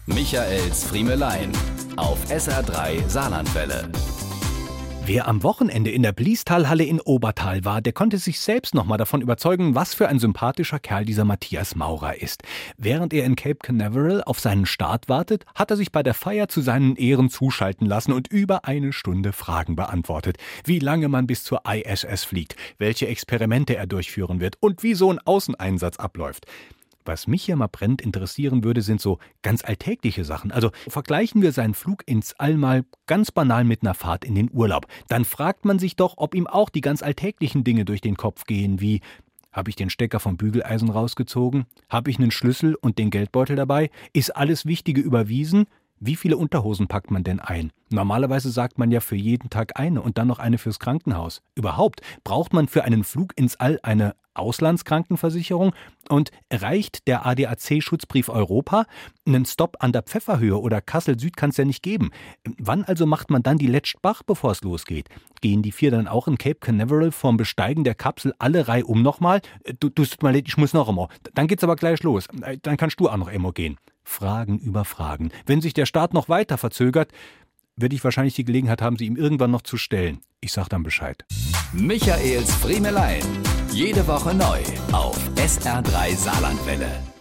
Michaels Friemelein auf SR3 Saarlandwelle. Wer am Wochenende in der Bliestalhalle in Obertal war, der konnte sich selbst nochmal davon überzeugen, was für ein sympathischer Kerl dieser Matthias Maurer ist. Während er in Cape Canaveral auf seinen Start wartet, hat er sich bei der Feier zu seinen Ehren zuschalten lassen und über eine Stunde Fragen beantwortet. Wie lange man bis zur ISS fliegt, welche Experimente er durchführen wird und wie so ein Außeneinsatz abläuft. Was mich hier mal brennend interessieren würde, sind so ganz alltägliche Sachen. Also vergleichen wir seinen Flug ins All mal ganz banal mit einer Fahrt in den Urlaub. Dann fragt man sich doch, ob ihm auch die ganz alltäglichen Dinge durch den Kopf gehen, wie: Habe ich den Stecker vom Bügeleisen rausgezogen? Habe ich einen Schlüssel und den Geldbeutel dabei? Ist alles Wichtige überwiesen? Wie viele Unterhosen packt man denn ein? Normalerweise sagt man ja für jeden Tag eine und dann noch eine fürs Krankenhaus. Überhaupt, braucht man für einen Flug ins All eine Auslandskrankenversicherung? Und reicht der ADAC-Schutzbrief Europa? Einen Stopp an der Pfefferhöhe oder Kassel-Süd kann es ja nicht geben. Wann also macht man dann die Letschbach, bevor es losgeht? Gehen die vier dann auch in Cape Canaveral vorm Besteigen der Kapsel alle reihum nochmal? Du tut mal leid, ich muss noch einmal. Dann geht's aber gleich los. Dann kannst du auch noch einmal gehen. Fragen über Fragen. Wenn sich der Start noch weiter verzögert, werde ich wahrscheinlich die Gelegenheit haben, sie ihm irgendwann noch zu stellen. Ich sag dann Bescheid. Michaels Friemelein. Jede Woche neu auf SR3 Saarlandwelle.